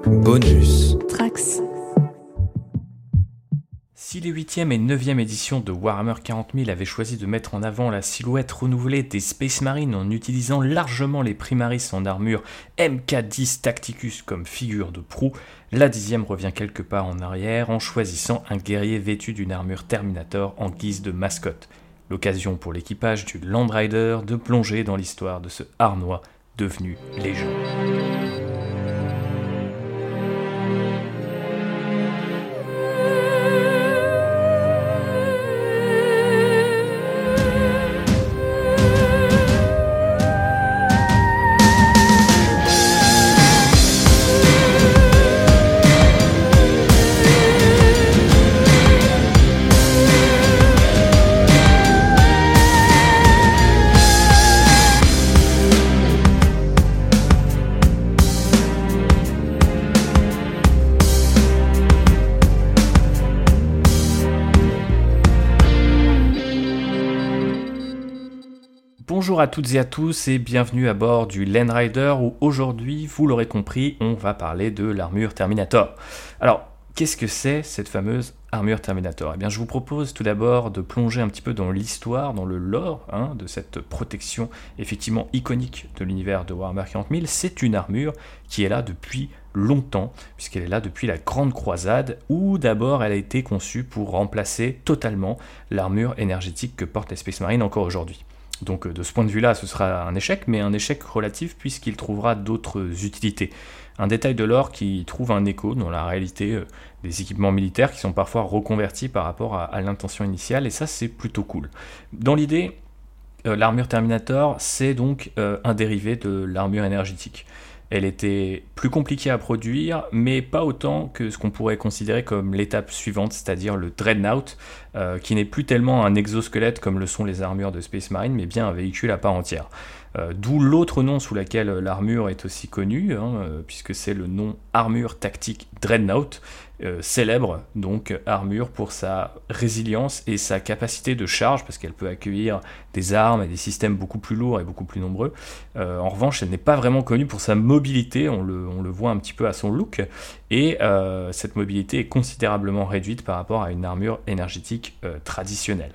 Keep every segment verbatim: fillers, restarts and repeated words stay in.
Bonus. Trax. Si les huitième et neuvième éditions de Warhammer quarante mille avaient choisi de mettre en avant la silhouette renouvelée des Space Marines en utilisant largement les Primaris en armure M K dix Tacticus comme figure de proue, la dixième revient quelque part en arrière en choisissant un guerrier vêtu d'une armure Terminator en guise de mascotte. L'occasion pour l'équipage du Land Rider de plonger dans l'histoire de ce harnois devenu légende. Bonjour à toutes et à tous et bienvenue à bord du Land Rider où aujourd'hui, vous l'aurez compris, on va parler de l'armure Terminator. Alors, qu'est-ce que c'est cette fameuse armure Terminator ? Eh bien, je vous propose tout d'abord de plonger un petit peu dans l'histoire, dans le lore hein, de cette protection effectivement iconique de l'univers de Warhammer quarante mille. C'est une armure qui est là depuis longtemps, puisqu'elle est là depuis la Grande Croisade, où d'abord elle a été conçue pour remplacer totalement l'armure énergétique que portent les Space Marines encore aujourd'hui. Donc de ce point de vue-là, ce sera un échec, mais un échec relatif puisqu'il trouvera d'autres utilités. Un détail de lore qui trouve un écho dans la réalité euh, des équipements militaires qui sont parfois reconvertis par rapport à, à l'intention initiale, et ça c'est plutôt cool. Dans l'idée, euh, l'armure Terminator, c'est donc euh, un dérivé de l'armure énergétique. Elle était plus compliquée à produire, mais pas autant que ce qu'on pourrait considérer comme l'étape suivante, c'est-à-dire le Dreadnought, euh, qui n'est plus tellement un exosquelette comme le sont les armures de Space Marine, mais bien un véhicule à part entière. Euh, d'où l'autre nom sous lequel l'armure est aussi connue, hein, euh, puisque c'est le nom armure tactique Dreadnought, euh, célèbre donc armure pour sa résilience et sa capacité de charge, parce qu'elle peut accueillir des armes et des systèmes beaucoup plus lourds et beaucoup plus nombreux. Euh, en revanche, elle n'est pas vraiment connue pour sa mobilité, on le, on le voit un petit peu à son look, et euh, cette mobilité est considérablement réduite par rapport à une armure énergétique euh, traditionnelle.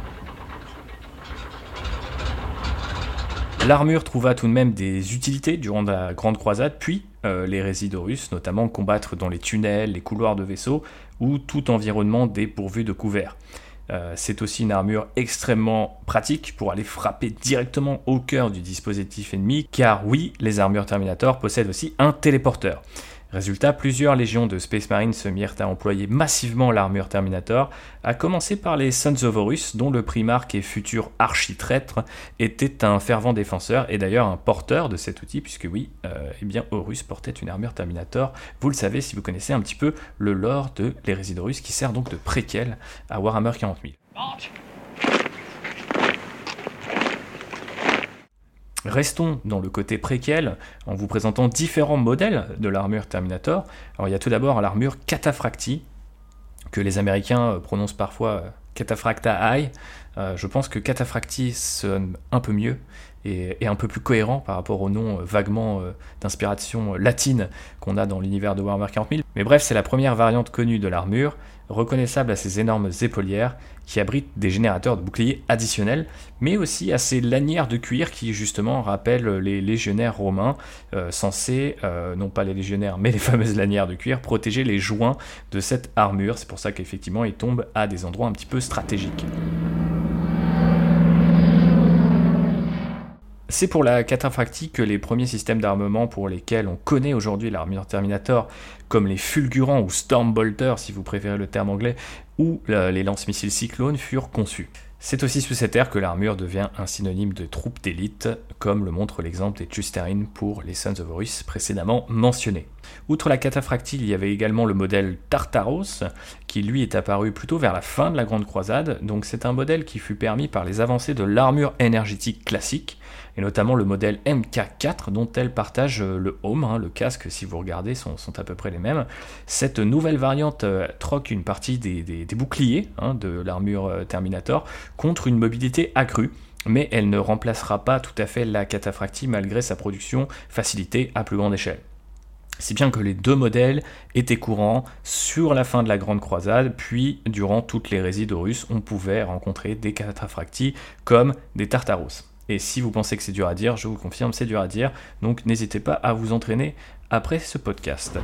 L'armure trouva tout de même des utilités durant la Grande Croisade, puis euh, les Résidorus, notamment combattre dans les tunnels, les couloirs de vaisseaux, ou tout environnement dépourvu de couverts. Euh, c'est aussi une armure extrêmement pratique pour aller frapper directement au cœur du dispositif ennemi, car oui, les armures Terminator possèdent aussi un téléporteur. Résultat, plusieurs légions de Space Marines se mirent à employer massivement l'armure Terminator, à commencer par les Sons of Horus, dont le primarque et futur architraître était un fervent défenseur et d'ailleurs un porteur de cet outil, puisque oui, euh, eh bien Horus portait une armure Terminator. Vous le savez si vous connaissez un petit peu le lore de l'Hérésie d'Horus, qui sert donc de préquel à Warhammer quarante mille. Restons dans le côté préquel en vous présentant différents modèles de l'armure Terminator. Alors il y a tout d'abord l'armure Cataphractii, que les Américains prononcent parfois Cataphracta Eye. Euh, je pense que Cataphractii sonne un peu mieux et est un peu plus cohérent par rapport au nom vaguement euh, d'inspiration latine qu'on a dans l'univers de Warhammer quarante mille. Mais bref, c'est la première variante connue de l'armure, reconnaissable à ses énormes épaulières qui abritent des générateurs de boucliers additionnels, mais aussi à ses lanières de cuir qui justement rappellent les légionnaires romains, euh, censés, euh, non pas les légionnaires, mais les fameuses lanières de cuir, protéger les joints de cette armure. C'est pour ça qu'effectivement ils tombent à des endroits un petit peu stratégiques. C'est pour la Cataphractii que les premiers systèmes d'armement pour lesquels on connaît aujourd'hui l'armure Terminator, comme les Fulgurants ou Stormbolter si vous préférez le terme anglais, ou les lance-missiles Cyclone furent conçus. C'est aussi sous cette ère que l'armure devient un synonyme de troupe d'élite, comme le montre l'exemple des Tusterines pour les Sons of Horus précédemment mentionnés. Outre la Cataphractii, il y avait également le modèle Tartaros, qui lui est apparu plutôt vers la fin de la Grande Croisade, donc c'est un modèle qui fut permis par les avancées de l'armure énergétique classique, et notamment le modèle M K quatre dont elle partage le home, hein, le casque si vous regardez sont, sont à peu près les mêmes. Cette nouvelle variante euh, troque une partie des, des, des boucliers hein, de l'armure euh, Terminator contre une mobilité accrue, mais elle ne remplacera pas tout à fait la Cataphractii malgré sa production facilitée à plus grande échelle. Si bien que les deux modèles étaient courants sur la fin de la Grande Croisade, puis durant toute l'hérésie d'Horus, on pouvait rencontrer des cataphractii comme des Tartaros. Et si vous pensez que c'est dur à dire, je vous confirme, c'est dur à dire, donc n'hésitez pas à vous entraîner après ce podcast.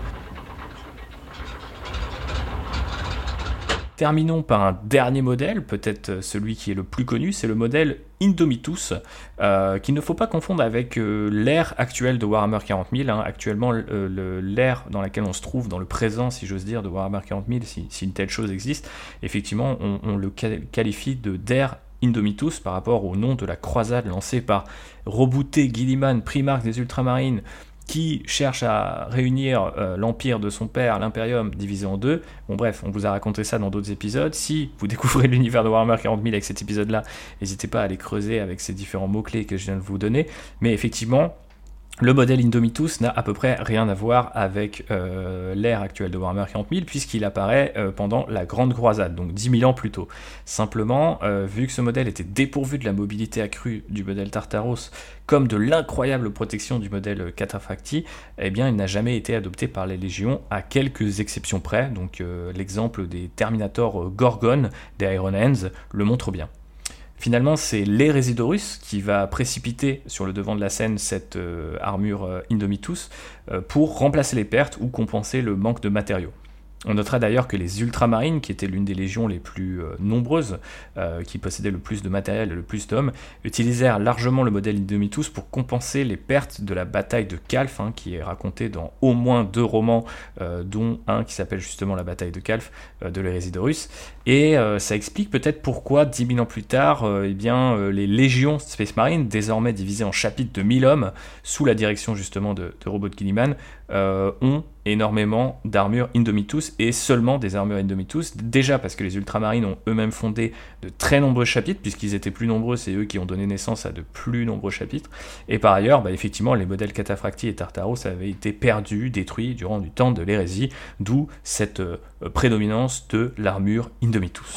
Terminons par un dernier modèle, peut-être celui qui est le plus connu, c'est le modèle Indomitus, euh, qu'il ne faut pas confondre avec euh, l'ère actuelle de Warhammer quarante mille. Hein. Actuellement, euh, le, l'ère dans laquelle on se trouve, dans le présent, si j'ose dire, de Warhammer quarante mille, si, si une telle chose existe, effectivement, on, on le qualifie de d'ère Indomitus par rapport au nom de la croisade lancée par Roboute Guilliman, Primarque des Ultramarines, qui cherche à réunir euh, l'empire de son père, l'Imperium, divisé en deux. Bon bref, on vous a raconté ça dans d'autres épisodes. Si vous découvrez l'univers de Warhammer quarante mille avec cet épisode-là, n'hésitez pas à aller creuser avec ces différents mots-clés que je viens de vous donner. Mais effectivement, le modèle Indomitus n'a à peu près rien à voir avec euh, l'ère actuelle de Warhammer quarante mille, puisqu'il apparaît euh, pendant la Grande Croisade, donc dix mille ans plus tôt. Simplement, euh, vu que ce modèle était dépourvu de la mobilité accrue du modèle Tartaros, comme de l'incroyable protection du modèle Cataphractii, eh bien, il n'a jamais été adopté par les légions, à quelques exceptions près. Donc euh, l'exemple des Terminator Gorgon, des Iron Hands, le montre bien. Finalement, c'est l'hérésie d'Horus qui va précipiter sur le devant de la scène cette euh, armure euh, Indomitus euh, pour remplacer les pertes ou compenser le manque de matériaux. On notera d'ailleurs que les Ultramarines, qui étaient l'une des légions les plus euh, nombreuses, euh, qui possédaient le plus de matériel et le plus d'hommes, utilisèrent largement le modèle Indomitus pour compenser les pertes de la bataille de Calf, hein, qui est racontée dans au moins deux romans, euh, dont un qui s'appelle justement la bataille de Calf, euh, de l'hérésie d'Horus. Et euh, ça explique peut-être pourquoi, dix mille ans plus tard, euh, eh bien, euh, les légions Space Marines, désormais divisées en chapitres de mille hommes, sous la direction justement de, de Roboute Guilliman, euh, ont énormément d'armures Indomitus et seulement des armures Indomitus, déjà parce que les Ultramarines ont eux-mêmes fondé de très nombreux chapitres, puisqu'ils étaient plus nombreux, c'est eux qui ont donné naissance à de plus nombreux chapitres, et par ailleurs, bah, effectivement, les modèles Cataphractii et Tartaros avaient été perdus, détruits durant du temps de l'hérésie, d'où cette euh, prédominance de l'armure Indomitus.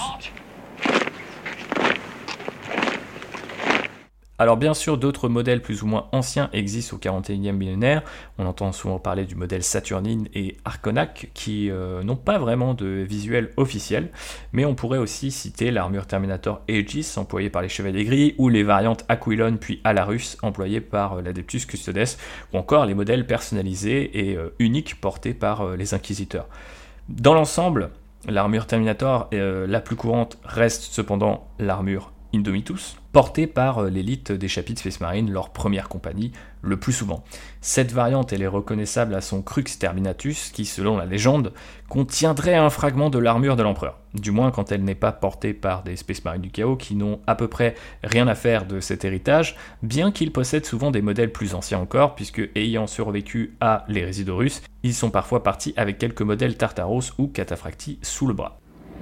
Alors bien sûr, d'autres modèles plus ou moins anciens existent au quarante et unième millénaire. On entend souvent parler du modèle Saturnine et Arconac, qui euh, n'ont pas vraiment de visuel officiel, mais on pourrait aussi citer l'armure Terminator Aegis, employée par les Chevaliers Gris, ou les variantes Aquilon puis Alarus, employées par euh, l'Adeptus Custodes, ou encore les modèles personnalisés et euh, uniques portés par euh, les Inquisiteurs. Dans l'ensemble, l'armure Terminator euh, la plus courante reste cependant l'armure Indomitus, portée par l'élite des chapitres Space Marine, leur première compagnie, le plus souvent. Cette variante, elle est reconnaissable à son Crux Terminatus, qui, selon la légende, contiendrait un fragment de l'armure de l'empereur. Du moins quand elle n'est pas portée par des Space Marines du chaos qui n'ont à peu près rien à faire de cet héritage, bien qu'ils possèdent souvent des modèles plus anciens encore, puisque ayant survécu à l'hérésie d'Horus, ils sont parfois partis avec quelques modèles Tartaros ou Cataphractii sous le bras.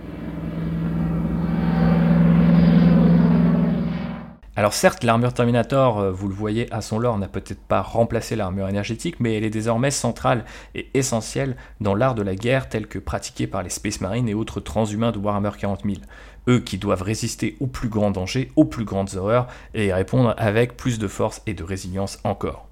Alors certes, l'armure Terminator, vous le voyez à son lore, n'a peut-être pas remplacé l'armure énergétique, mais elle est désormais centrale et essentielle dans l'art de la guerre tel que pratiqué par les Space Marines et autres transhumains de Warhammer quarante mille. Eux qui doivent résister aux plus grands dangers, aux plus grandes horreurs, et y répondre avec plus de force et de résilience encore.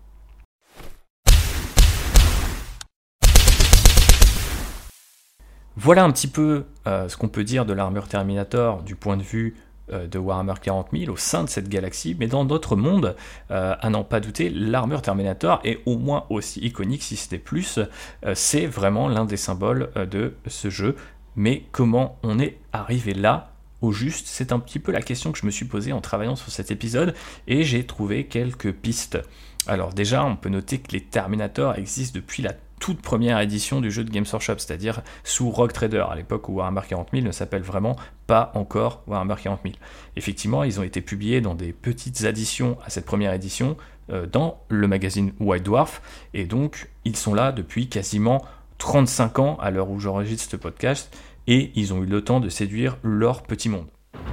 Voilà un petit peu euh, ce qu'on peut dire de l'armure Terminator du point de vue de Warhammer quarante mille au sein de cette galaxie, mais dans d'autres mondes, euh, à n'en pas douter, l'armure Terminator est au moins aussi iconique, si ce n'est plus, euh, c'est vraiment l'un des symboles euh, de ce jeu, mais comment on est arrivé là, au juste, c'est un petit peu la question que je me suis posée en travaillant sur cet épisode, et j'ai trouvé quelques pistes. Alors déjà, on peut noter que les Terminators existent depuis la toute première édition du jeu de Games Workshop, c'est-à-dire sous Rogue Trader, à l'époque où Warhammer quarante mille ne s'appelle vraiment pas encore Warhammer quarante mille. Effectivement, ils ont été publiés dans des petites additions à cette première édition, euh, dans le magazine White Dwarf, et donc ils sont là depuis quasiment trente-cinq ans à l'heure où j'enregistre ce podcast, et ils ont eu le temps de séduire leur petit monde.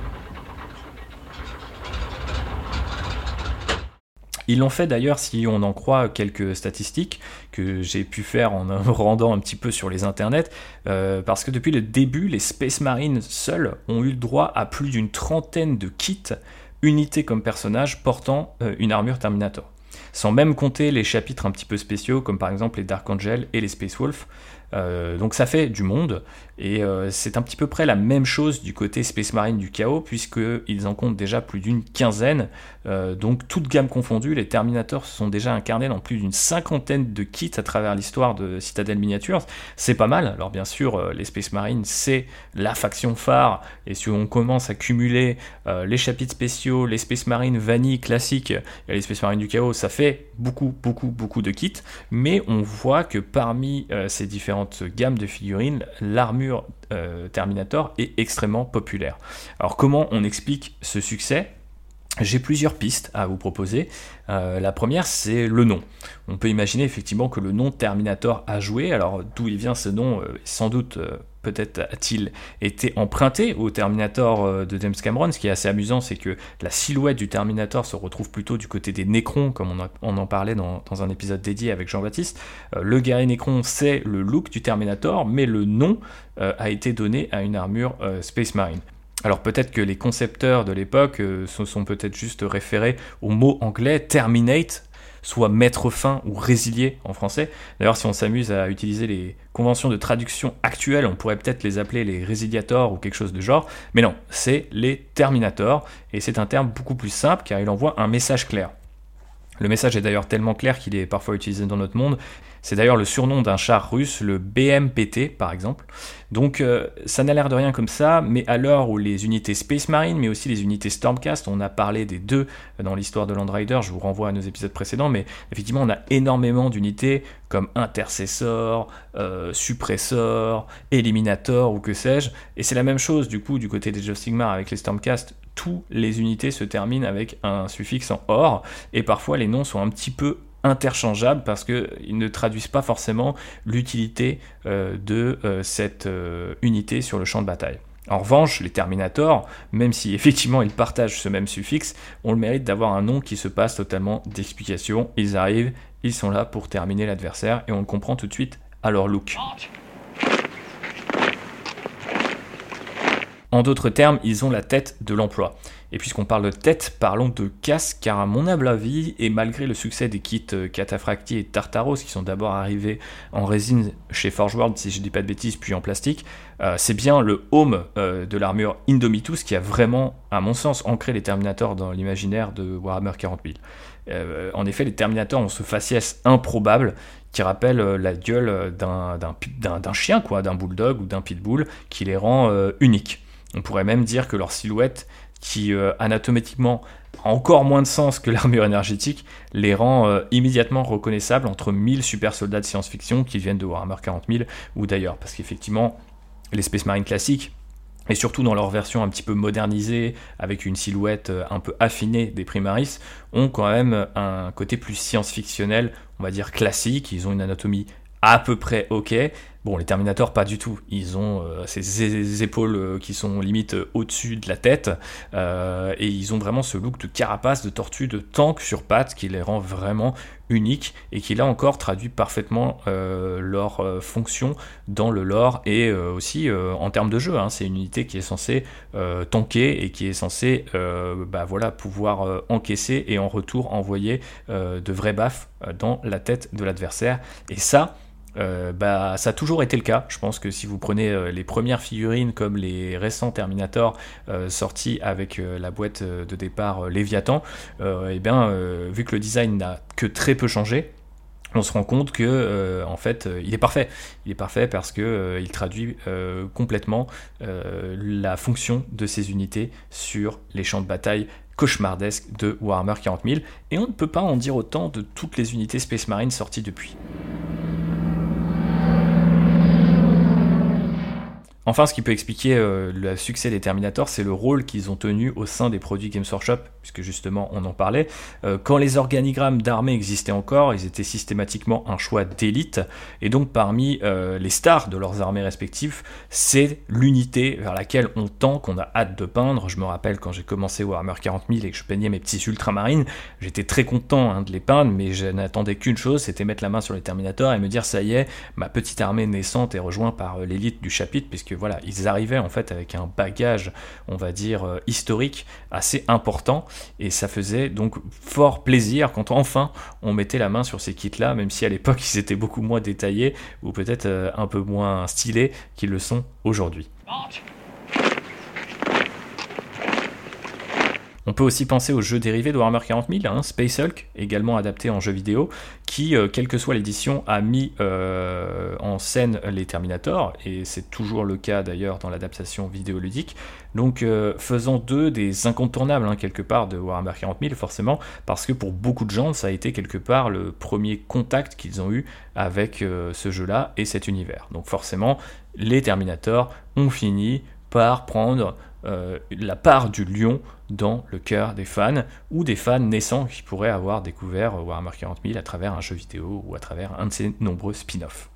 Ils l'ont fait d'ailleurs, si on en croit quelques statistiques que j'ai pu faire en me rendant un petit peu sur les internets, euh, parce que depuis le début, les Space Marines seuls ont eu le droit à plus d'une trentaine de kits, unités comme personnages portant euh, une armure Terminator. sans même compter les chapitres un petit peu spéciaux, comme par exemple les Dark Angel et les Space Wolf. Euh, donc ça fait du monde, et euh, c'est un petit peu près la même chose du côté Space Marine du Chaos, puisqu'ils en comptent déjà plus d'une quinzaine, euh, donc toute gamme confondue, les Terminators se sont déjà incarnés dans plus d'une cinquantaine de kits à travers l'histoire de Citadel Miniatures. C'est pas mal. Alors bien sûr, euh, les Space Marines, c'est la faction phare, et si on commence à cumuler euh, les chapitres spéciaux, les Space Marines vanille classiques et les Space Marines du Chaos, ça fait beaucoup, beaucoup, beaucoup de kits, mais on voit que parmi euh, ces différents gamme de figurines, l'armure euh, Terminator est extrêmement populaire. Alors comment on explique ce succès ? J'ai plusieurs pistes à vous proposer. Euh, la première, c'est le nom. On peut imaginer effectivement que le nom Terminator a joué. Alors d'où il vient ce nom ? euh, Sans doute, euh, peut-être a-t-il été emprunté au Terminator euh, de James Cameron. Ce qui est assez amusant, c'est que la silhouette du Terminator se retrouve plutôt du côté des Necrons, comme on, a, on en parlait dans, dans un épisode dédié avec Jean-Baptiste. Euh, le guerrier Necron, c'est le look du Terminator, mais le nom euh, a été donné à une armure euh, Space Marine. Alors peut-être que les concepteurs de l'époque euh, se sont peut-être juste référés au mot anglais terminate, soit mettre fin ou résilier en français. D'ailleurs, si on s'amuse à utiliser les conventions de traduction actuelles, on pourrait peut-être les appeler les résiliators ou quelque chose de genre, mais non, c'est les terminators, et c'est un terme beaucoup plus simple car il envoie un message clair. Le message est d'ailleurs tellement clair qu'il est parfois utilisé dans notre monde. C'est d'ailleurs le surnom d'un char russe, le B M P T par exemple. Donc euh, ça n'a l'air de rien comme ça, mais à l'heure où les unités Space Marine, mais aussi les unités Stormcast, on a parlé des deux dans l'histoire de Land Rider, je vous renvoie à nos épisodes précédents, mais effectivement on a énormément d'unités comme Intercessor, euh, Suppressor, Eliminator ou que sais-je, et c'est la même chose du coup du côté des Age of Sigmar avec les Stormcast. Toutes les unités se terminent avec un suffixe en or, et parfois les noms sont un petit peu interchangeables parce qu'ils ne traduisent pas forcément l'utilité euh, de euh, cette euh, unité sur le champ de bataille. En revanche, les Terminators, même si effectivement ils partagent ce même suffixe, ont le mérite d'avoir un nom qui se passe totalement d'explication. Ils arrivent, ils sont là pour terminer l'adversaire, et on le comprend tout de suite à leur look. En d'autres termes, ils ont la tête de l'emploi. Et puisqu'on parle de tête, parlons de casque, car à mon humble avis, et malgré le succès des kits Cataphractii et Tartaros, qui sont d'abord arrivés en résine chez Forge World, si je dis pas de bêtises, puis en plastique, euh, c'est bien le home euh, de l'armure Indomitus qui a vraiment, à mon sens, ancré les Terminators dans l'imaginaire de Warhammer quarante mille. Euh, en effet, les Terminators ont ce faciès improbable qui rappelle euh, la gueule d'un, d'un, d'un, d'un chien, quoi, d'un bulldog ou d'un pitbull, qui les rend euh, uniques. On pourrait même dire que leur silhouette, qui euh, anatomiquement a encore moins de sens que l'armure énergétique, les rend euh, immédiatement reconnaissables entre mille super soldats de science-fiction qui viennent de Warhammer quarante mille ou d'ailleurs, parce qu'effectivement, les Space Marines classiques, et surtout dans leur version un petit peu modernisée, avec une silhouette euh, un peu affinée des Primaris, ont quand même un côté plus science-fictionnel, on va dire classique. Ils ont une anatomie à peu près ok. Bon, les Terminators, pas du tout. Ils ont euh, ces épaules euh, qui sont limite euh, au-dessus de la tête, euh, et ils ont vraiment ce look de carapace, de tortue, de tank sur pattes qui les rend vraiment uniques, et qui là encore traduit parfaitement euh, leur euh, fonction dans le lore, et euh, aussi euh, en termes de jeu. Hein. C'est une unité qui est censée euh, tanker, et qui est censée euh, bah, voilà, pouvoir euh, encaisser, et en retour envoyer euh, de vrais baffes euh, dans la tête de l'adversaire. Et ça, Euh, bah, ça a toujours été le cas. Je pense que si vous prenez euh, les premières figurines comme les récents Terminator euh, sortis avec euh, la boîte euh, de départ euh, Léviathan, euh, et bien, euh, vu que le design n'a que très peu changé, on se rend compte que euh, en fait euh, il est parfait. Il est parfait parce que euh, il traduit euh, complètement euh, la fonction de ces unités sur les champs de bataille cauchemardesques de Warhammer quarante mille, et on ne peut pas en dire autant de toutes les unités Space Marine sorties depuis. Enfin, ce qui peut expliquer euh, le succès des Terminators, c'est le rôle qu'ils ont tenu au sein des produits Games Workshop, puisque justement on en parlait. Euh, quand les organigrammes d'armées existaient encore, ils étaient systématiquement un choix d'élite, et donc parmi euh, les stars de leurs armées respectives, c'est l'unité vers laquelle on tend, qu'on a hâte de peindre. Je me rappelle quand j'ai commencé Warhammer quarante mille et que je peignais mes petits ultramarines, j'étais très content hein, de les peindre, mais je n'attendais qu'une chose, c'était mettre la main sur les Terminators et me dire ça y est, ma petite armée naissante est rejointe par euh, l'élite du chapitre, puisque puisque voilà, ils arrivaient en fait avec un bagage, on va dire, euh, historique assez important, et ça faisait donc fort plaisir quand enfin on mettait la main sur ces kits-là, même si à l'époque ils étaient beaucoup moins détaillés, ou peut-être euh, un peu moins stylés qu'ils le sont aujourd'hui. On peut aussi penser aux jeux dérivés de Warhammer quarante mille, hein, Space Hulk, également adapté en jeu vidéo, qui, euh, quelle que soit l'édition, a mis euh, en scène les Terminators, et c'est toujours le cas d'ailleurs dans l'adaptation vidéoludique, donc euh, faisant d'eux des incontournables, hein, quelque part, de Warhammer quarante mille, forcément, parce que pour beaucoup de gens, ça a été quelque part le premier contact qu'ils ont eu avec euh, ce jeu-là et cet univers. Donc forcément, les Terminators ont fini par prendre euh, la part du lion dans le cœur des fans, ou des fans naissants qui pourraient avoir découvert Warhammer quarante mille à travers un jeu vidéo ou à travers un de ses nombreux spin-offs.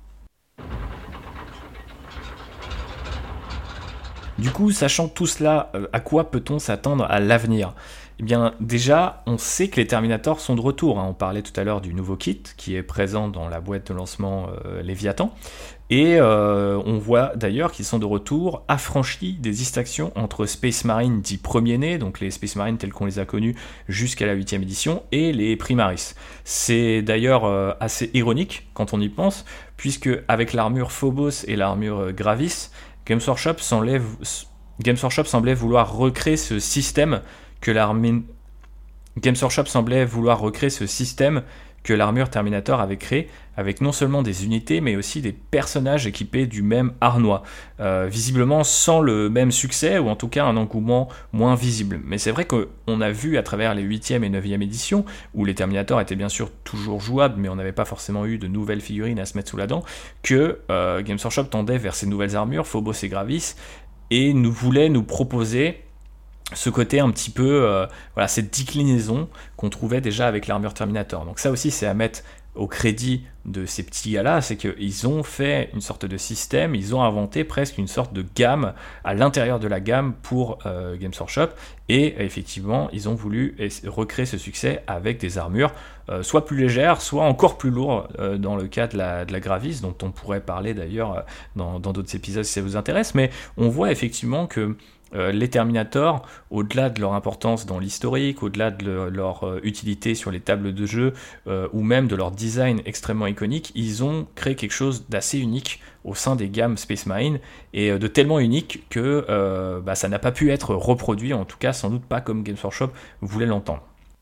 Du coup, sachant tout cela, euh, à quoi peut-on s'attendre à l'avenir ? Eh bien, déjà, on sait que les Terminators sont de retour, hein. On parlait tout à l'heure du nouveau kit qui est présent dans la boîte de lancement euh, Léviathan. Et euh, on voit d'ailleurs qu'ils sont de retour affranchis des distinctions entre Space Marine dits premiers-nés, donc les Space Marines tels qu'on les a connus jusqu'à la huitième édition, et les Primaris. C'est d'ailleurs euh, assez ironique quand on y pense, puisque avec l'armure Phobos et l'armure Gravis, Games Workshop semblait, Games Workshop semblait vouloir recréer ce système que l'armure Games Workshop semblait vouloir recréer ce système que l'armure Terminator avait créé, avec non seulement des unités, mais aussi des personnages équipés du même harnois, euh, visiblement sans le même succès, ou en tout cas un engouement moins visible. Mais c'est vrai qu'on a vu à travers les huitième et neuvième éditions, où les Terminators étaient bien sûr toujours jouables, mais on n'avait pas forcément eu de nouvelles figurines à se mettre sous la dent, que euh, Games Workshop tendait vers ces nouvelles armures, Phobos et Gravis, et nous voulait nous proposer ce côté un petit peu, euh, voilà, cette déclinaison qu'on trouvait déjà avec l'armure Terminator. Donc ça aussi, c'est à mettre au crédit de ces petits gars-là, c'est qu'ils ont fait une sorte de système, ils ont inventé presque une sorte de gamme à l'intérieur de la gamme pour euh, Games Workshop, et effectivement, ils ont voulu recréer ce succès avec des armures euh, soit plus légères, soit encore plus lourdes, euh, dans le cas de la, de la Gravis, dont on pourrait parler d'ailleurs dans, dans d'autres épisodes si ça vous intéresse, mais on voit effectivement que Euh, les Terminators, au-delà de leur importance dans l'historique, au-delà de le, leur euh, utilité sur les tables de jeu, euh, ou même de leur design extrêmement iconique, ils ont créé quelque chose d'assez unique au sein des gammes Space Marine, et euh, de tellement unique que euh, bah, ça n'a pas pu être reproduit, en tout cas sans doute pas comme Games Workshop voulait l'entendre.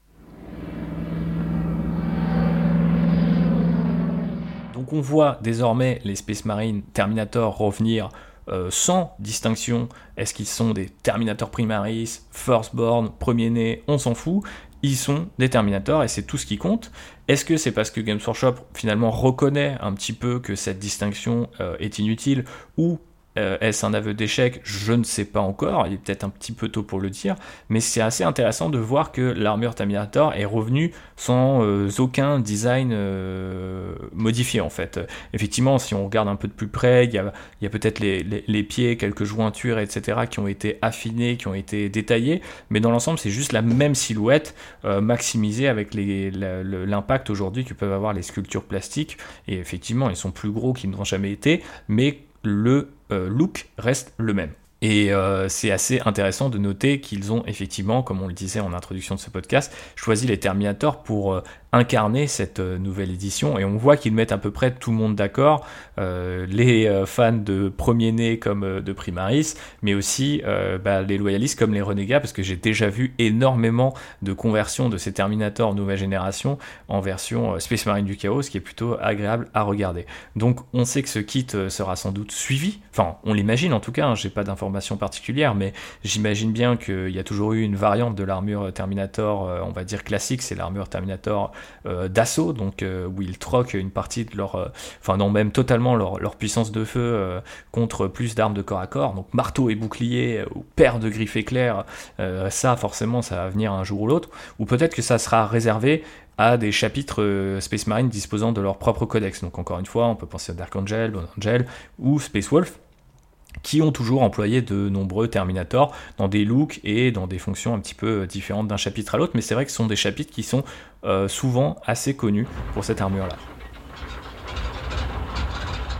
Donc on voit désormais les Space Marine Terminator revenir Euh, sans distinction. Est-ce qu'ils sont des Terminator Primaris, Firstborn, Premier-Né, on s'en fout, ils sont des Terminators et c'est tout ce qui compte. Est-ce que c'est parce que Games Workshop finalement reconnaît un petit peu que cette distinction euh, est inutile, ou Euh, est-ce un aveu d'échec ? Je ne sais pas encore, il est peut-être un petit peu tôt pour le dire, mais c'est assez intéressant de voir que l'armure Terminator est revenue sans euh, aucun design euh, modifié en fait. Effectivement, si on regarde un peu de plus près, il y a, il y a peut-être les, les, les pieds, quelques jointures, et cetera qui ont été affinés, qui ont été détaillés, mais dans l'ensemble c'est juste la même silhouette euh, maximisée avec les, la, le, l'impact aujourd'hui que peuvent avoir les sculptures plastiques, et effectivement ils sont plus gros qu'ils n'ont jamais été, mais le euh, look reste le même. Et euh, c'est assez intéressant de noter qu'ils ont effectivement, comme on le disait en introduction de ce podcast, choisi les Terminators pour euh, incarner cette euh, nouvelle édition, et on voit qu'ils mettent à peu près tout le monde d'accord, euh, les euh, fans de Premier-Né comme euh, de Primaris, mais aussi euh, bah, les loyalistes comme les renégats, parce que j'ai déjà vu énormément de conversions de ces Terminators nouvelle génération en version euh, Space Marine du Chaos, ce qui est plutôt agréable à regarder. Donc on sait que ce kit euh, sera sans doute suivi, enfin on l'imagine en tout cas, hein, j'ai pas d'informations particulières, mais j'imagine bien qu'il y a toujours eu une variante de l'armure Terminator, euh, on va dire classique, c'est l'armure Terminator Euh, d'assaut, donc euh, où ils troquent une partie de leur, euh, enfin non même totalement leur, leur puissance de feu euh, contre plus d'armes de corps à corps, donc marteau et bouclier euh, ou paire de griffes éclairs, euh, ça forcément ça va venir un jour ou l'autre, ou peut-être que ça sera réservé à des chapitres euh, Space Marine disposant de leur propre codex, donc encore une fois on peut penser à Dark Angel, Bone Angel ou Space Wolf, qui ont toujours employé de nombreux Terminators dans des looks et dans des fonctions un petit peu différentes d'un chapitre à l'autre, mais c'est vrai que ce sont des chapitres qui sont euh, souvent assez connus pour cette armure-là.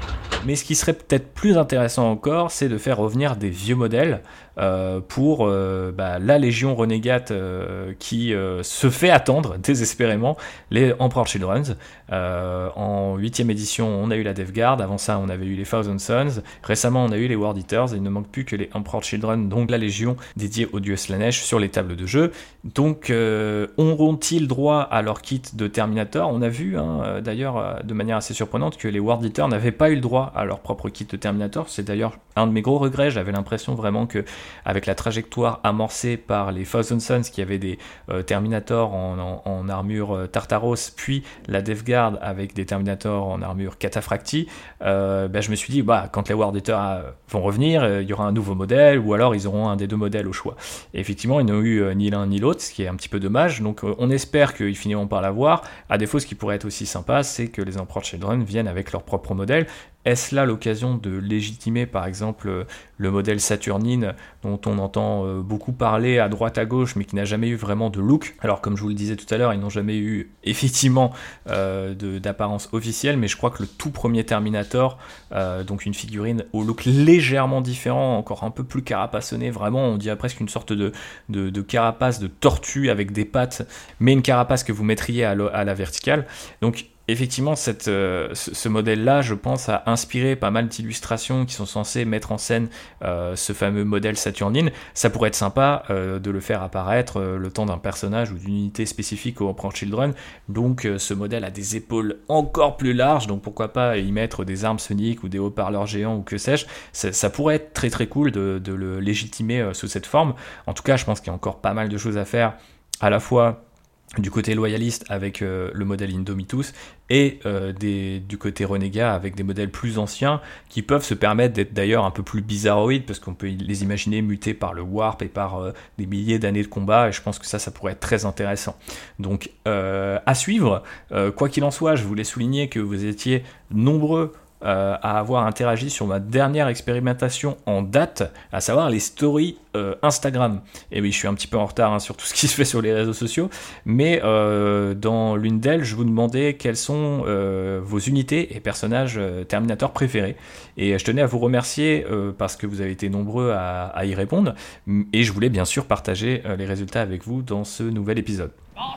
Mais ce qui serait peut-être plus intéressant encore, c'est de faire revenir des vieux modèles euh, pour euh, bah, la Légion Renegade euh, qui euh, se fait attendre désespérément, les Emperor Children. Euh, en huitième édition, on a eu la Death Guard, avant ça on avait eu les Thousand Sons, récemment on a eu les World Eaters, et il ne manque plus que les Emperor Children, donc la Légion dédiée au dieu Slaanesh sur les tables de jeu. Donc euh, auront-ils droit à leur kit de Terminator? On a vu hein, d'ailleurs de manière assez surprenante que les World Eaters n'avaient pas eu le droit à leur propre kit de Terminator. C'est d'ailleurs un de mes gros regrets. J'avais l'impression vraiment que avec la trajectoire amorcée par les Thousand Sons qui avaient des euh, Terminators en, en, en armure euh, Tartaros, puis la Death Guard avec des Terminators en armure Cataphractii, euh, ben, je me suis dit bah, quand les World Eaters euh, vont revenir, euh, il y aura un nouveau modèle ou alors ils auront un des deux modèles au choix. Et effectivement ils n'ont eu euh, ni l'un ni l'autre, ce qui est un petit peu dommage. Donc euh, on espère qu'ils finiront par l'avoir. À défaut, ce qui pourrait être aussi sympa, c'est que les Emperor Children viennent avec leur propre modèle. Est-ce là l'occasion de légitimer par exemple le modèle Saturnine dont on entend beaucoup parler à droite à gauche mais qui n'a jamais eu vraiment de look? Alors comme je vous le disais tout à l'heure, ils n'ont jamais eu effectivement euh, de, d'apparence officielle, mais je crois que le tout premier Terminator, euh, donc une figurine au look légèrement différent, encore un peu plus carapassonné, vraiment on dirait presque une sorte de, de, de carapace de tortue avec des pattes, mais une carapace que vous mettriez à, à la verticale. Donc effectivement, cette, euh, ce, ce modèle-là, je pense, a inspiré pas mal d'illustrations qui sont censées mettre en scène euh, ce fameux modèle Saturnine. Ça pourrait être sympa euh, de le faire apparaître euh, le temps d'un personnage ou d'une unité spécifique au Emperor Children. Donc euh, ce modèle a des épaules encore plus larges, donc pourquoi pas y mettre des armes soniques ou des haut-parleurs géants ou que sais-je. Ça, ça pourrait être très très cool de, de le légitimer euh, sous cette forme. En tout cas, je pense qu'il y a encore pas mal de choses à faire, à la fois du côté loyaliste avec euh, le modèle Indomitus et euh, des, du côté Renégat avec des modèles plus anciens qui peuvent se permettre d'être d'ailleurs un peu plus bizarroïdes parce qu'on peut les imaginer mutés par le warp et par euh, des milliers d'années de combat, et je pense que ça, ça pourrait être très intéressant. Donc euh, à suivre, euh, quoi qu'il en soit, je voulais souligner que vous étiez nombreux Euh, à avoir interagi sur ma dernière expérimentation en date, à savoir les stories euh, Instagram. Et oui, je suis un petit peu en retard hein, sur tout ce qui se fait sur les réseaux sociaux, mais euh, dans l'une d'elles, je vous demandais quelles sont euh, vos unités et personnages euh, Terminator préférés. Et je tenais à vous remercier euh, parce que vous avez été nombreux à, à y répondre, et je voulais bien sûr partager euh, les résultats avec vous dans ce nouvel épisode.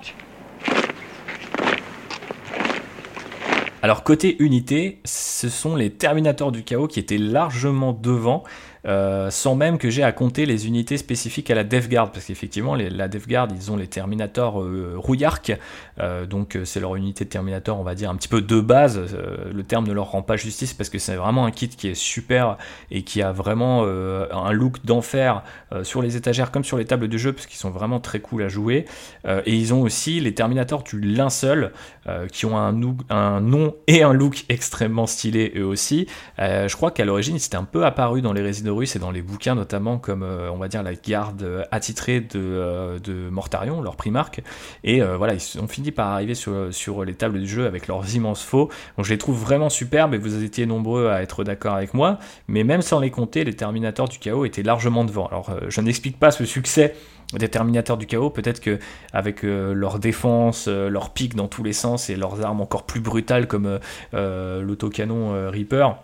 Alors côté unité, ce sont les Terminators du Chaos qui étaient largement devant, euh, sans même que j'ai à compter les unités spécifiques à la Death Guard, parce qu'effectivement les, la Death Guard, ils ont les Terminators euh, rouillarques, euh, donc c'est leur unité de Terminator, on va dire un petit peu de base. Euh, le terme ne leur rend pas justice parce que c'est vraiment un kit qui est super et qui a vraiment euh, un look d'enfer euh, sur les étagères comme sur les tables de jeu, parce qu'ils sont vraiment très cool à jouer. Euh, et ils ont aussi les Terminators du linceul euh, qui ont un, nou- un nom et un look extrêmement stylé eux aussi. Euh, je crois qu'à l'origine c'était un peu apparu dans les Résidus et dans les bouquins notamment comme euh, on va dire la garde euh, attitrée de, euh, de Mortarion, leur primarque, et euh, voilà, ils ont fini par arriver sur, sur les tables du jeu avec leurs immenses faux. Donc je les trouve vraiment superbes et vous étiez nombreux à être d'accord avec moi, mais même sans les compter, les Terminators du Chaos étaient largement devant. Alors euh, je n'explique pas ce succès des Terminators du Chaos, peut-être que avec euh, leur défense, euh, leur pique dans tous les sens et leurs armes encore plus brutales comme euh, euh, l'autocanon euh, Reaper,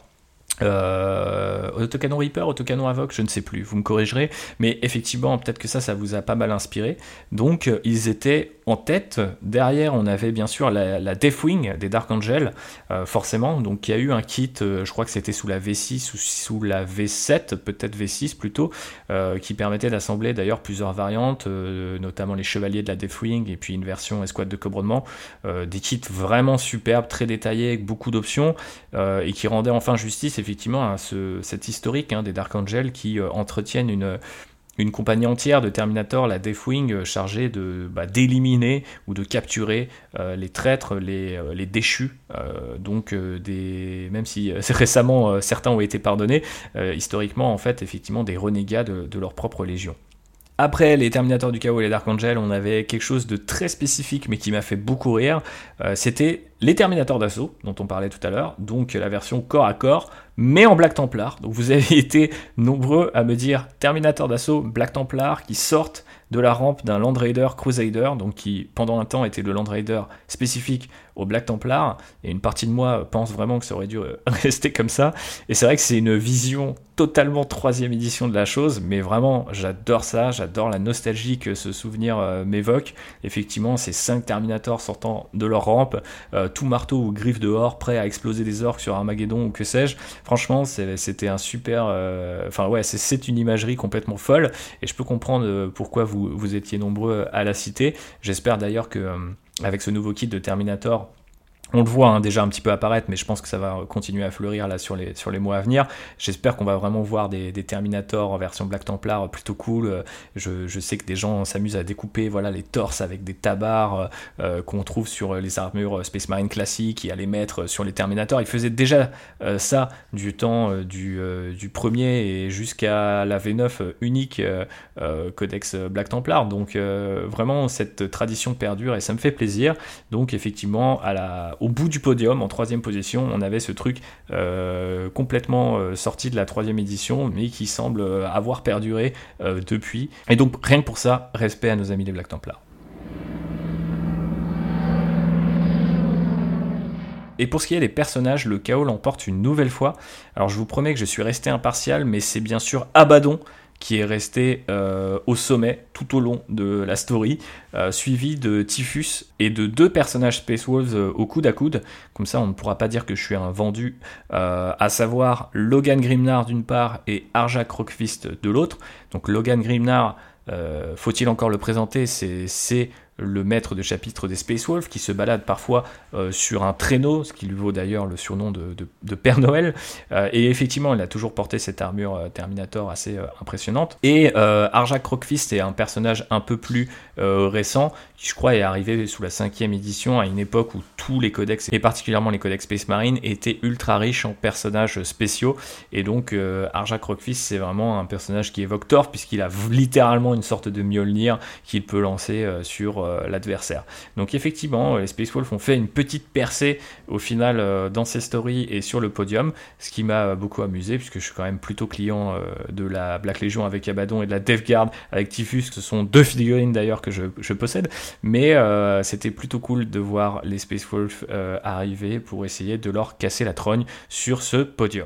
Euh, autocanon Reaper, autocanon Avoc, je ne sais plus, vous me corrigerez, mais effectivement peut-être que ça ça vous a pas mal inspiré. Donc euh, ils étaient en tête. Derrière on avait bien sûr la, la Deathwing des Dark Angel, euh, forcément, donc il y a eu un kit, euh, je crois que c'était sous la V six ou sous la V sept, peut-être V six plutôt, euh, qui permettait d'assembler d'ailleurs plusieurs variantes, euh, notamment les chevaliers de la Deathwing et puis une version escouade de commandement, euh, des kits vraiment superbes, très détaillés, avec beaucoup d'options, euh, et qui rendaient enfin justice effectivement à ce, cet historique hein, des Dark Angel qui euh, entretiennent une, une compagnie entière de Terminator, la Deathwing, euh, chargée de, bah, d'éliminer ou de capturer euh, les traîtres, les, euh, les déchus, euh, donc euh, des, même si euh, récemment euh, certains ont été pardonnés, euh, historiquement en fait effectivement des renégats de, de leur propre légion. Après les Terminators du Chaos et les Dark Angel, on avait quelque chose de très spécifique mais qui m'a fait beaucoup rire, euh, c'était les Terminators d'assaut, dont on parlait tout à l'heure, donc la version corps à corps, mais en Black Templar. Donc vous avez été nombreux à me dire Terminator d'assaut, Black Templar, qui sortent de la rampe d'un Land Raider Crusader, donc qui pendant un temps était le Land Raider spécifique au Black Templar, et une partie de moi pense vraiment que ça aurait dû rester comme ça, et c'est vrai que c'est une vision totalement troisième édition de la chose, mais vraiment j'adore ça, j'adore la nostalgie que ce souvenir euh, m'évoque. Effectivement, ces cinq Terminators sortant de leur rampe, euh, tout marteau ou griffe dehors, prêt à exploser des orques sur Armageddon ou que sais-je. Franchement, c'est, c'était un super... Euh, enfin ouais, c'est, c'est une imagerie complètement folle, et je peux comprendre euh, pourquoi vous, vous étiez nombreux à la citer. J'espère d'ailleurs que euh, avec ce nouveau kit de Terminator, on le voit hein, déjà un petit peu apparaître, mais je pense que ça va continuer à fleurir là sur les, sur les mois à venir. J'espère qu'on va vraiment voir des, des Terminators en version Black Templar plutôt cool. Je, je sais que des gens s'amusent à découper voilà, les torses avec des tabards euh, qu'on trouve sur les armures Space Marine classiques et à les mettre sur les Terminators. Ils faisaient déjà euh, ça du temps euh, du, euh, du premier et jusqu'à la V neuf unique euh, euh, Codex Black Templar. Donc euh, vraiment cette tradition perdure et ça me fait plaisir. Donc effectivement à la au bout du podium, en troisième position, on avait ce truc euh, complètement euh, sorti de la troisième édition, mais qui semble euh, avoir perduré euh, depuis. Et donc, rien que pour ça, respect à nos amis les Black Templars. Et pour ce qui est des personnages, le chaos l'emporte une nouvelle fois. Alors, je vous promets que je suis resté impartial, mais c'est bien sûr Abaddon qui est resté euh, au sommet tout au long de la story, euh, suivi de Typhus et de deux personnages Space Wolves euh, au coude à coude. Comme ça, on ne pourra pas dire que je suis un vendu, euh, à savoir Logan Grimnar d'une part et Arja Croakfist de l'autre. Donc Logan Grimnar, euh, faut-il encore le présenter, c'est... c'est le maître de chapitre des Space Wolves, qui se balade parfois euh, sur un traîneau, ce qui lui vaut d'ailleurs le surnom de, de, de Père Noël, euh, et effectivement il a toujours porté cette armure euh, Terminator assez euh, impressionnante, et euh, Arja Croakfist est un personnage un peu plus euh, récent, qui je crois est arrivé sous la cinquième édition, à une époque où tous les codex, et particulièrement les codex Space Marine, étaient ultra riches en personnages spéciaux, et donc euh, Arja Croakfist c'est vraiment un personnage qui évoque Thor, puisqu'il a littéralement une sorte de Mjolnir qu'il peut lancer euh, sur euh, l'adversaire. Donc effectivement, les Space Wolves ont fait une petite percée au final euh, dans ces stories et sur le podium, ce qui m'a beaucoup amusé puisque je suis quand même plutôt client euh, de la Black Legion avec Abaddon et de la Death Guard avec Typhus, ce sont deux figurines d'ailleurs que je, je possède, mais euh, c'était plutôt cool de voir les Space Wolves euh, arriver pour essayer de leur casser la trogne sur ce podium.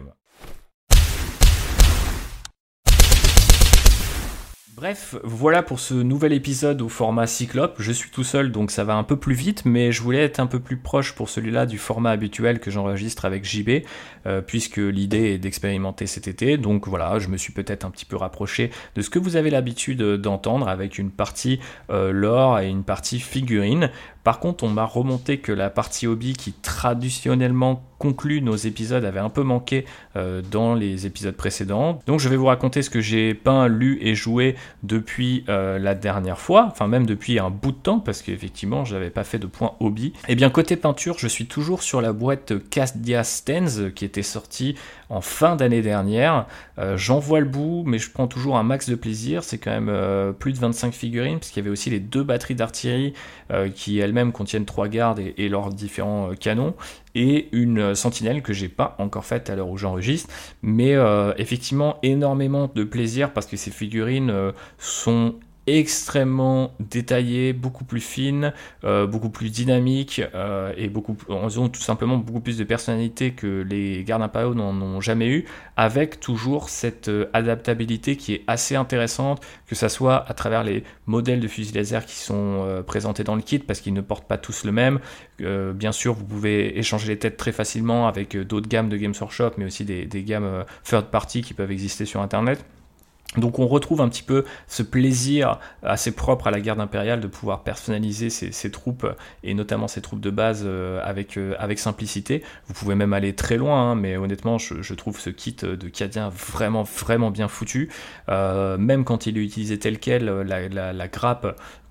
Bref, voilà pour ce nouvel épisode au format Cyclope. Je suis tout seul donc ça va un peu plus vite, mais je voulais être un peu plus proche pour celui-là du format habituel que j'enregistre avec J B, euh, puisque l'idée est d'expérimenter cet été. Donc voilà, je me suis peut-être un petit peu rapproché de ce que vous avez l'habitude d'entendre avec une partie euh, lore et une partie figurine. Par contre, on m'a remonté que la partie hobby qui traditionnellement conclut nos épisodes avait un peu manqué euh, dans les épisodes précédents. Donc je vais vous raconter ce que j'ai peint, lu et joué depuis euh, la dernière fois, enfin même depuis un bout de temps, parce qu'effectivement je n'avais pas fait de point hobby. Et bien côté peinture, je suis toujours sur la boîte Casdia Stens qui était sortie en fin d'année dernière. Euh, j'en vois le bout, mais je prends toujours un max de plaisir. C'est quand même euh, plus de vingt-cinq figurines, parce qu'il y avait aussi les deux batteries d'artillerie euh, qui elles-mêmes contiennent trois gardes et, et leurs différents euh, canons, et une euh, sentinelle que j'ai pas encore faite à l'heure où j'enregistre, mais euh, effectivement énormément de plaisir parce que ces figurines euh, sont extrêmement détaillées, beaucoup plus fines, euh, beaucoup plus dynamiques euh, et beaucoup, elles ont tout simplement beaucoup plus de personnalité que les gardes impériaux n'en ont jamais eu, avec toujours cette euh, adaptabilité qui est assez intéressante, que ça soit à travers les modèles de fusils laser qui sont euh, présentés dans le kit, parce qu'ils ne portent pas tous le même. Euh, bien sûr, vous pouvez échanger les têtes très facilement avec euh, d'autres gammes de Games Workshop, mais aussi des, des gammes euh, third party qui peuvent exister sur Internet. Donc on retrouve un petit peu ce plaisir assez propre à la garde impériale de pouvoir personnaliser ses, ses troupes, et notamment ses troupes de base euh, avec, euh, avec simplicité. Vous pouvez même aller très loin, hein, mais honnêtement je, je trouve ce kit de Cadien vraiment vraiment bien foutu. Euh, même quand il est utilisé tel quel, la, la, la grappe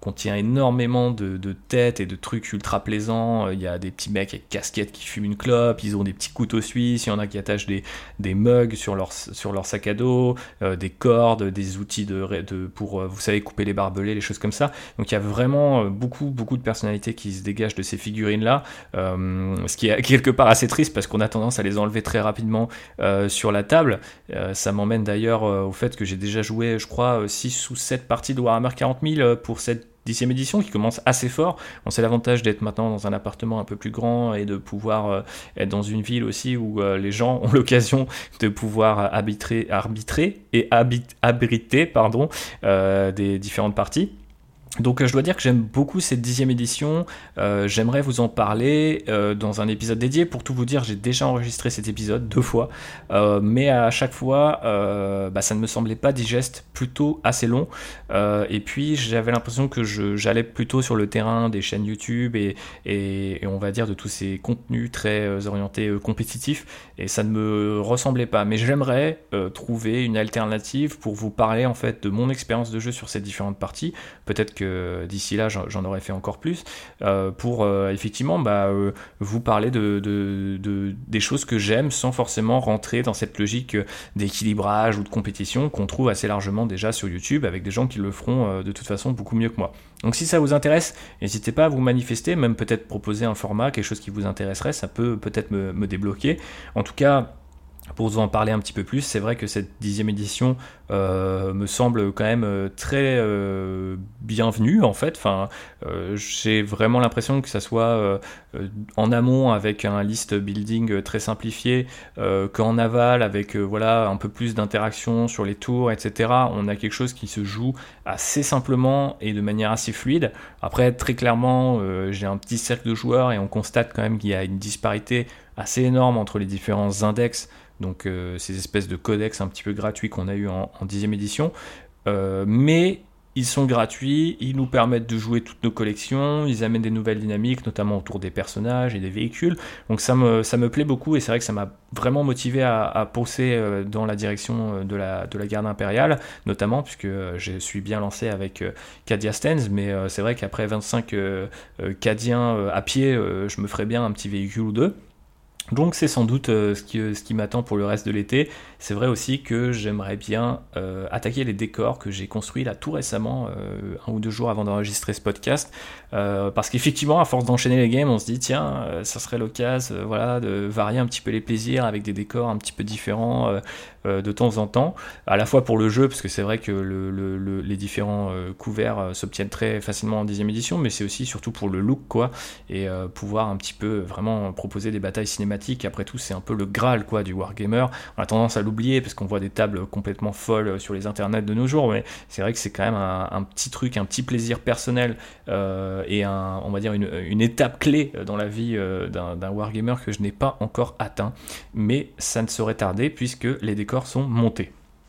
contient énormément de, de têtes et de trucs ultra plaisants. Il y a des petits mecs avec casquettes qui fument une clope, ils ont des petits couteaux suisses, il y en a qui attachent des, des mugs sur leur, sur leur sac à dos, euh, des cordes, des outils de, de, pour, euh, vous savez, couper les barbelés, les choses comme ça. Donc il y a vraiment beaucoup, beaucoup de personnalités qui se dégagent de ces figurines-là, euh, ce qui est quelque part assez triste parce qu'on a tendance à les enlever très rapidement euh, sur la table. Euh, ça m'emmène d'ailleurs euh, au fait que j'ai déjà joué, je crois, six ou sept parties de Warhammer quarante mille pour cette dixième édition qui commence assez fort. Bon, c'est l'avantage d'être maintenant dans un appartement un peu plus grand et de pouvoir euh, être dans une ville aussi où euh, les gens ont l'occasion de pouvoir arbitrer, arbitrer et habit, abriter pardon, euh, des différentes parties. Donc euh, je dois dire que j'aime beaucoup cette dixième édition, euh, j'aimerais vous en parler euh, dans un épisode dédié. Pour tout vous dire, j'ai déjà enregistré cet épisode deux fois, euh, mais à chaque fois, euh, bah, ça ne me semblait pas digeste, plutôt assez long, euh, et puis j'avais l'impression que je, j'allais plutôt sur le terrain des chaînes YouTube et, et, et on va dire de tous ces contenus très euh, orientés euh, compétitifs, et ça ne me ressemblait pas. Mais j'aimerais euh, trouver une alternative pour vous parler en fait de mon expérience de jeu sur ces différentes parties. Peut-être que d'ici là j'en, j'en aurais fait encore plus euh, pour euh, effectivement bah, euh, vous parler de, de, de, des choses que j'aime sans forcément rentrer dans cette logique d'équilibrage ou de compétition qu'on trouve assez largement déjà sur YouTube avec des gens qui le feront euh, de toute façon beaucoup mieux que moi. Donc si ça vous intéresse, n'hésitez pas à vous manifester, même peut-être proposer un format, quelque chose qui vous intéresserait, ça peut peut-être me, me débloquer. En tout cas, pour vous en parler un petit peu plus, c'est vrai que cette dixième édition euh, me semble quand même très euh, bienvenue en fait. Enfin, euh, j'ai vraiment l'impression que ça soit euh, en amont avec un list building très simplifié, euh, qu'en aval avec euh, voilà un peu plus d'interaction sur les tours, et cetera. On a quelque chose qui se joue assez simplement et de manière assez fluide. Après, très clairement, euh, j'ai un petit cercle de joueurs et on constate quand même qu'il y a une disparité assez énorme entre les différents index. Donc euh, ces espèces de codex un petit peu gratuits qu'on a eu en, en dixième édition, euh, mais ils sont gratuits, ils nous permettent de jouer toutes nos collections, ils amènent des nouvelles dynamiques, notamment autour des personnages et des véhicules, donc ça me, ça me plaît beaucoup et c'est vrai que ça m'a vraiment motivé à, à pousser dans la direction de la, de la garde impériale, notamment puisque je suis bien lancé avec Cadia Stens, mais c'est vrai qu'après vingt-cinq euh, Cadiens à pied, euh, je me ferais bien un petit véhicule ou deux. Donc c'est sans doute euh, ce qui, ce qui m'attend pour le reste de l'été. C'est vrai aussi que j'aimerais bien euh, attaquer les décors que j'ai construits là tout récemment, euh, un ou deux jours avant d'enregistrer ce podcast, euh, parce qu'effectivement à force d'enchaîner les games on se dit tiens euh, ça serait l'occasion euh, voilà, de varier un petit peu les plaisirs avec des décors un petit peu différents euh, euh, de temps en temps, à la fois pour le jeu parce que c'est vrai que le, le, le, les différents euh, couverts euh, s'obtiennent très facilement en dixième édition, mais c'est aussi surtout pour le look quoi, et euh, pouvoir un petit peu vraiment proposer des batailles cinématiques. Après tout c'est un peu le Graal quoi du wargamer. On a tendance à l'oublier parce qu'on voit des tables complètement folles sur les internets de nos jours, mais c'est vrai que c'est quand même un, un petit truc, un petit plaisir personnel euh, et un, on va dire une, une étape clé dans la vie euh, d'un, d'un wargamer que je n'ai pas encore atteint, mais ça ne saurait tarder puisque les décors sont montés.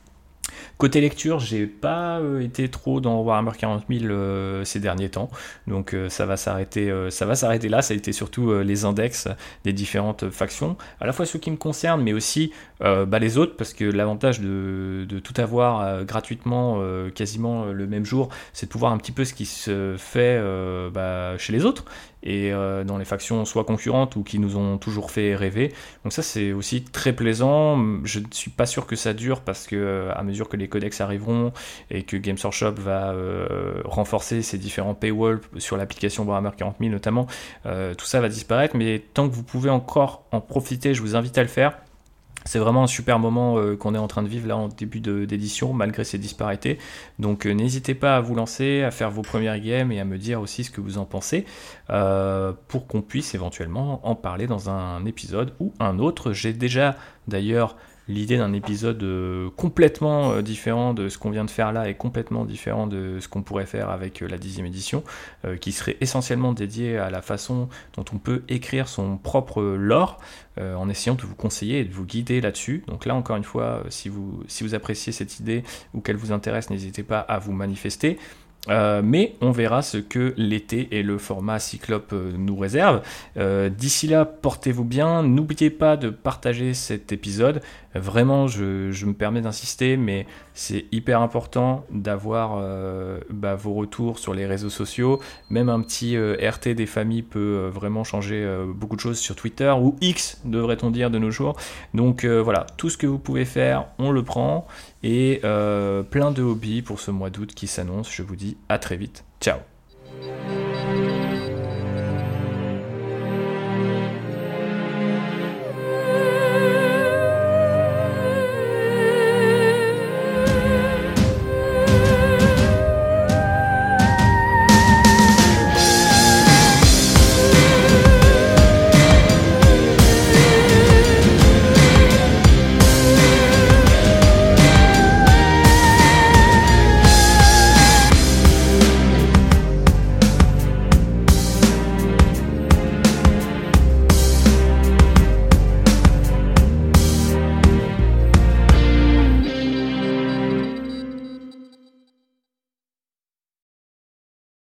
Côté lecture, j'ai pas euh, été trop dans Warhammer quarante mille euh, ces derniers temps, donc euh, ça va s'arrêter, euh, ça va s'arrêter là. Ça a été surtout euh, les index des différentes factions, à la fois ceux qui me concernent, mais aussi euh, bah, les autres, parce que l'avantage de, de tout avoir euh, gratuitement, euh, quasiment le même jour, c'est de pouvoir un petit peu ce qui se fait euh, bah, chez les autres et euh, dans les factions soit concurrentes ou qui nous ont toujours fait rêver. Donc ça c'est aussi très plaisant. Je ne suis pas sûr que ça dure parce que euh, à mesure que les codex arriveront et que Games Workshop va euh, renforcer ses différents paywalls sur l'application Warhammer quarante mille notamment, euh, tout ça va disparaître, mais tant que vous pouvez encore en profiter, je vous invite à le faire. C'est vraiment un super moment euh, qu'on est en train de vivre là en début de, d'édition, malgré ces disparités. Donc euh, n'hésitez pas à vous lancer, à faire vos premières games et à me dire aussi ce que vous en pensez, euh, pour qu'on puisse éventuellement en parler dans un épisode ou un autre. J'ai déjà d'ailleurs l'idée d'un épisode euh, complètement euh, différent de ce qu'on vient de faire là et complètement différent de ce qu'on pourrait faire avec euh, la dixième édition, euh, qui serait essentiellement dédié à la façon dont on peut écrire son propre lore, euh, en essayant de vous conseiller et de vous guider là-dessus. Donc là encore une fois, euh, si vous, si vous appréciez cette idée ou qu'elle vous intéresse, n'hésitez pas à vous manifester. Euh, mais on verra ce que l'été et le format Cyclope euh, nous réservent. Euh, d'ici là, portez-vous bien. N'oubliez pas de partager cet épisode. Vraiment, je, je me permets d'insister, mais c'est hyper important d'avoir euh, bah, vos retours sur les réseaux sociaux. Même un petit euh, R T des familles peut euh, vraiment changer euh, beaucoup de choses sur Twitter, ou X, devrait-on dire de nos jours. Donc euh, voilà, tout ce que vous pouvez faire, on le prend. Et euh, plein de hobbies pour ce mois d'août qui s'annonce. Je vous dis à très vite. Ciao.